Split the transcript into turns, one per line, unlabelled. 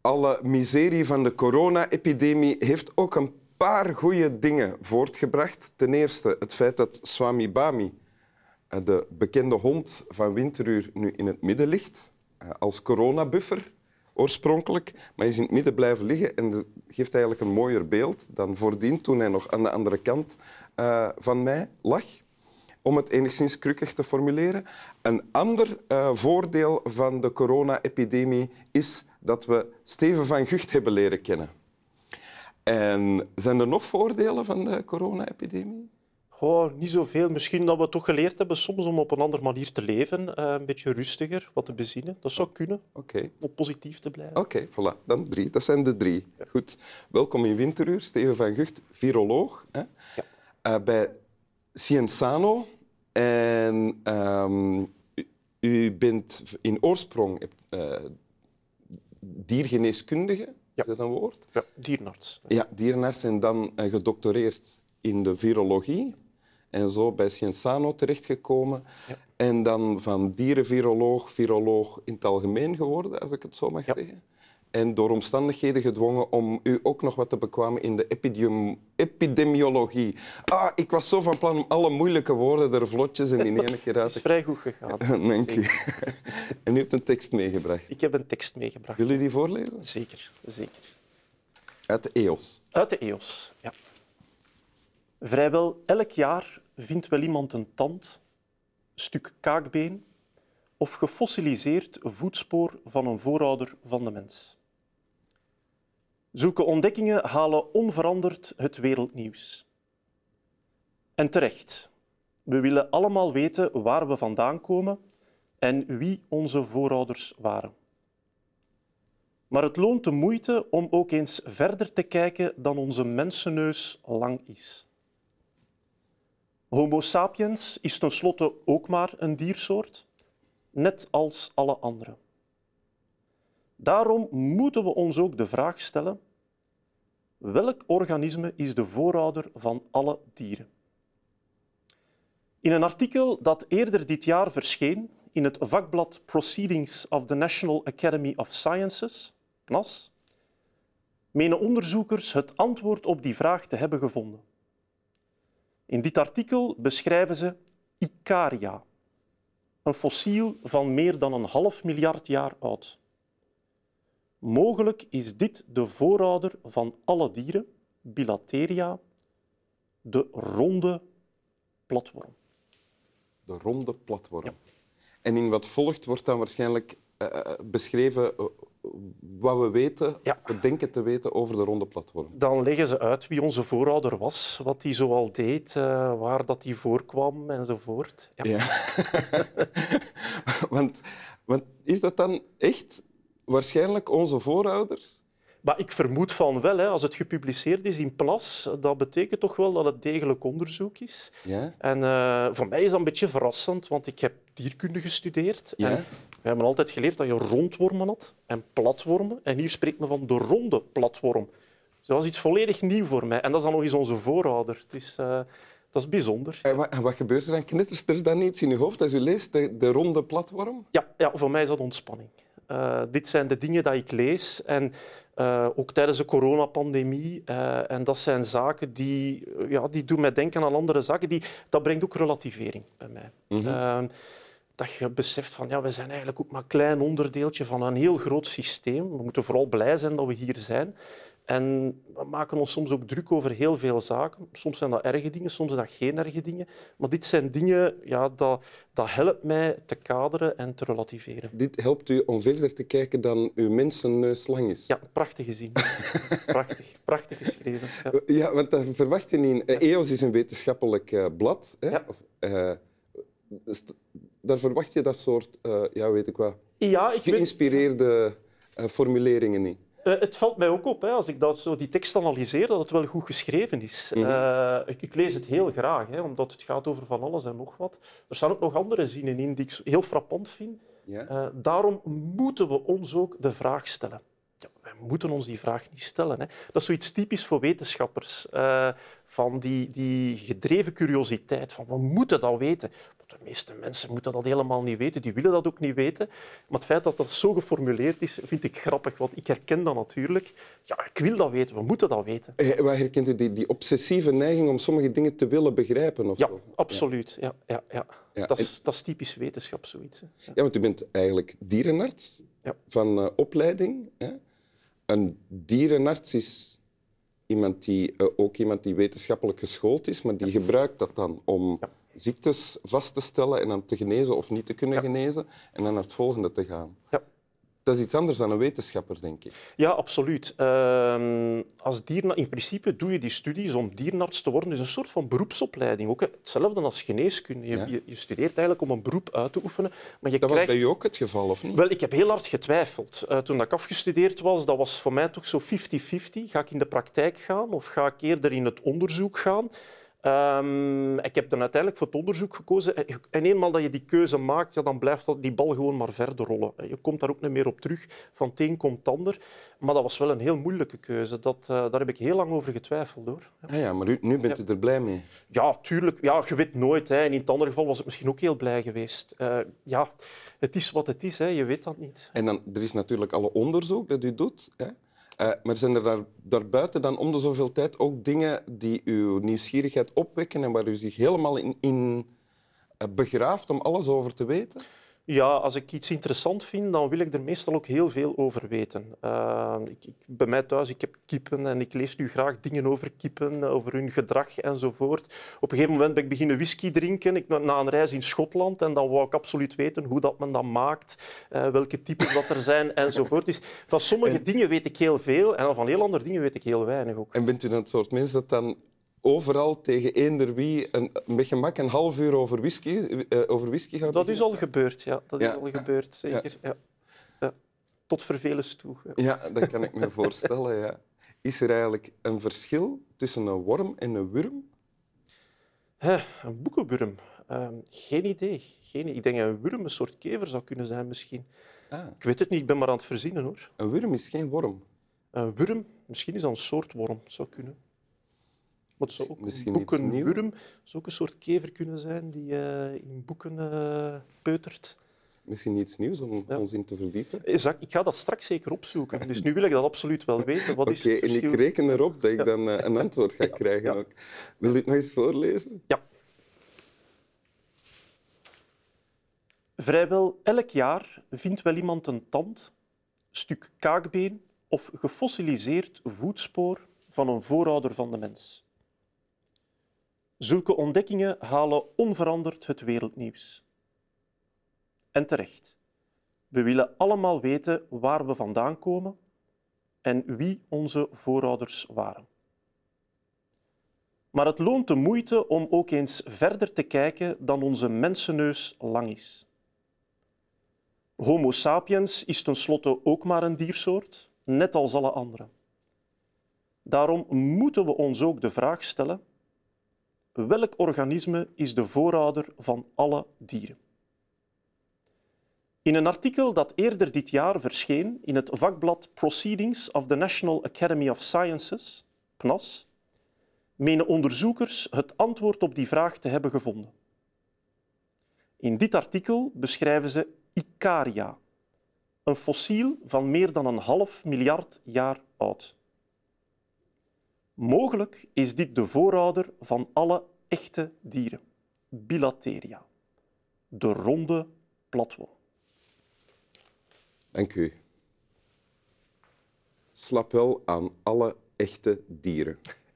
alle miserie van de corona-epidemie heeft ook een paar goede dingen voortgebracht. Ten eerste het feit dat Swami Bami, de bekende hond van Winteruur, nu in het midden ligt. Als coronabuffer oorspronkelijk. Maar hij is in het midden blijven liggen en dat geeft eigenlijk een mooier beeld dan voordien toen hij nog aan de andere kant van mij lag. Om het enigszins krukkig te formuleren. Een ander voordeel van de corona-epidemie is dat we Steven van Gucht hebben leren kennen. En zijn er nog voordelen van de corona-epidemie?
Goh, niet zoveel. Misschien dat we toch geleerd hebben soms om op een andere manier te leven. Een beetje rustiger, wat te bezinnen. Dat zou kunnen, om positief te blijven.
Oké, voilà. Dan 3. Dat zijn de 3. Ja. Goed. Welkom in Winteruur. Steven van Gucht, viroloog. Hè? Ja. Bij Cienzano. En u bent in oorsprong diergeneeskundige, is dat een woord?
Ja, dierenarts.
Ja, dierenarts en dan gedoctoreerd in de virologie. En zo bij Cienzano terechtgekomen. Ja. En dan van dierenviroloog, viroloog in het algemeen geworden, als ik het zo mag zeggen. En door omstandigheden gedwongen om u ook nog wat te bekwamen in de epidemiologie. Ik was zo van plan om alle moeilijke woorden er vlotjes en in één keer uit te...
Het is vrij goed gegaan.
Dank u. En u hebt een tekst meegebracht.
Ik heb een tekst meegebracht.
Wil u die voorlezen?
Zeker, zeker.
Uit de EOS.
Uit de EOS, ja. Vrijwel elk jaar vindt wel iemand een tand, stuk kaakbeen of gefossiliseerd voetspoor van een voorouder van de mens. Zulke ontdekkingen halen onveranderd het wereldnieuws. En terecht. We willen allemaal weten waar we vandaan komen en wie onze voorouders waren. Maar het loont de moeite om ook eens verder te kijken dan onze mensenneus lang is. Homo sapiens is tenslotte ook maar een diersoort, net als alle anderen. Daarom moeten we ons ook de vraag stellen: welk organisme is de voorouder van alle dieren? In een artikel dat eerder dit jaar verscheen in het vakblad Proceedings of the National Academy of Sciences, NAS, menen onderzoekers het antwoord op die vraag te hebben gevonden. In dit artikel beschrijven ze Icaria, een fossiel van meer dan 500 miljard jaar oud. Mogelijk is dit de voorouder van alle dieren, Bilateria, de ronde platworm.
De ronde platworm. Ja. En in wat volgt wordt dan waarschijnlijk beschreven wat we weten, we denken te weten over de ronde platworm.
Dan leggen ze uit wie onze voorouder was, wat hij zoal deed, waar dat hij voorkwam enzovoort. Ja.
Ja. want is dat dan echt waarschijnlijk onze voorouder?
Maar ik vermoed van wel. Hè. Als het gepubliceerd is in PLAS, dat betekent toch wel dat het degelijk onderzoek is.
Ja.
En voor mij is dat een beetje verrassend, want ik heb dierkunde gestudeerd.
Ja.
En we hebben altijd geleerd dat je rondwormen had en platwormen. En hier spreekt men van de ronde platworm. Dus dat was iets volledig nieuw voor mij. En dat is dan nog eens onze voorouder. Dus dat is bijzonder.
En wat gebeurt er dan? Knittert er dan iets in uw hoofd als u leest de ronde platworm?
Ja, voor mij is dat ontspanning. Dit zijn de dingen die ik lees. En ook tijdens de coronapandemie. En dat zijn zaken die doen mij denken aan andere zaken. Dat brengt ook relativering bij mij. Mm-hmm. Dat je beseft van we zijn eigenlijk ook maar een klein onderdeeltje van een heel groot systeem. We moeten vooral blij zijn dat we hier zijn. En we maken ons soms ook druk over heel veel zaken. Soms zijn dat erge dingen, soms zijn dat geen erge dingen. Maar dit zijn dingen dat helpt mij te kaderen en te relativeren.
Dit helpt u om verder te kijken dan uw mensenneus lang is?
Ja, prachtige zin. Prachtig geschreven.
Ja, want dat verwacht je niet. EOS is een wetenschappelijk blad. Hè?
Ja.
Daar verwacht je dat soort geïnspireerde formuleringen niet.
Het valt mij ook op, als ik die tekst analyseer, dat het wel goed geschreven is. Mm-hmm. Ik lees het heel graag, omdat het gaat over van alles en nog wat. Er staan ook nog andere zinnen in die ik heel frappant vind. Ja. Daarom moeten we ons ook de vraag stellen. Ja, wij moeten ons die vraag niet stellen. Hè. Dat is zoiets typisch voor wetenschappers. Van die gedreven curiositeit. Van, we moeten dat weten. de meeste mensen moeten dat helemaal niet weten, die willen dat ook niet weten. Maar het feit dat dat zo geformuleerd is, vind ik grappig, want ik herken dat natuurlijk. Ja, ik wil dat weten, we moeten dat weten.
Waar herkent u die obsessieve neiging om sommige dingen te willen begrijpen? Of
Ja,
zo?
absoluut. Ja.
Ja,
Dat is typisch wetenschap, zoiets. Hè. Ja.
Ja, want u bent eigenlijk dierenarts van opleiding. Hè? Een dierenarts is ook iemand die wetenschappelijk geschoold is, maar die gebruikt dat dan om ziektes vast te stellen en dan te genezen of niet te kunnen genezen en dan naar het volgende te gaan.
Ja.
Dat is iets anders dan een wetenschapper, denk ik.
Ja, absoluut. In principe doe je die studies om dierenarts te worden. Dat is een soort van beroepsopleiding. Ook hetzelfde als geneeskunde. Je studeert eigenlijk om een beroep uit te oefenen. Maar
Dat was bij u ook het geval, of niet?
Wel, ik heb heel hard getwijfeld. Toen ik afgestudeerd was, dat was voor mij toch zo 50-50. Ga ik in de praktijk gaan of ga ik eerder in het onderzoek gaan? Ik heb dan uiteindelijk voor het onderzoek gekozen. En eenmaal dat je die keuze maakt, ja, dan blijft die bal gewoon maar verder rollen. Je komt daar ook niet meer op terug. Van het een komt het ander. Maar dat was wel een heel moeilijke keuze. Daar heb ik heel lang over getwijfeld, hoor.
Ja, maar nu bent u er blij mee?
Ja, tuurlijk. Ja, je weet nooit. Hè. In het andere geval was ik misschien ook heel blij geweest. Ja, het is wat het is. Hè. Je weet dat niet.
En dan, er is natuurlijk alle onderzoek dat u doet. Hè? Maar zijn er daarbuiten dan om de zoveel tijd ook dingen die uw nieuwsgierigheid opwekken en waar u zich helemaal in begraaft om alles over te weten?
Ja, als ik iets interessant vind, dan wil ik er meestal ook heel veel over weten. Bij mij thuis, ik heb kippen en ik lees nu graag dingen over kippen, over hun gedrag enzovoort. Op een gegeven moment ben ik beginnen whisky drinken na een reis in Schotland en dan wou ik absoluut weten hoe dat men dat maakt, welke typen dat er zijn enzovoort. Dus van sommige dingen weet ik heel veel en van heel andere dingen weet ik heel weinig ook.
En bent u dan het soort mens dat dan overal tegen eender wie met gemak een half uur over whisky gaat?
Dat is al gebeurd, ja. Dat is al gebeurd, zeker. Ja. Ja. Tot vervelens toe.
Ja, dat kan ik me voorstellen. Ja. Is er eigenlijk een verschil tussen een worm en een wurm?
Een boekenwurm? Geen idee. Ik denk dat een wurm een soort kever zou kunnen zijn, misschien. Ik weet het niet, ik ben maar aan het verzinnen, hoor.
Een wurm is geen worm.
Een wurm? Misschien is dat een soort worm. Het zou kunnen. Maar het zou ook
Misschien
een boekenwurm zou ook een soort kever kunnen zijn die in boeken peutert.
Misschien iets nieuws om ons in te verdiepen.
Ik ga dat straks zeker opzoeken. Dus nu wil ik dat absoluut wel weten. Wat is het verschil?
En ik reken erop dat ik dan een antwoord ga krijgen. Ook. Wil u het nog eens voorlezen?
Ja. Vrijwel elk jaar vindt wel iemand een tand, stuk kaakbeen of gefossiliseerd voetspoor van een voorouder van de mens. Zulke ontdekkingen halen onveranderd het wereldnieuws. En terecht. We willen allemaal weten waar we vandaan komen en wie onze voorouders waren. Maar het loont de moeite om ook eens verder te kijken dan onze mensenneus lang is. Homo sapiens is tenslotte ook maar een diersoort, net als alle anderen. Daarom moeten we ons ook de vraag stellen: welk organisme is de voorouder van alle dieren? In een artikel dat eerder dit jaar verscheen in het vakblad Proceedings of the National Academy of Sciences, PNAS, menen onderzoekers het antwoord op die vraag te hebben gevonden. In dit artikel beschrijven ze Icaria, een fossiel van meer dan 1,5 miljard jaar oud. Mogelijk is dit de voorouder van alle echte dieren, Bilateria, de ronde platworm.
Dank u. Slap wel aan alle echte dieren.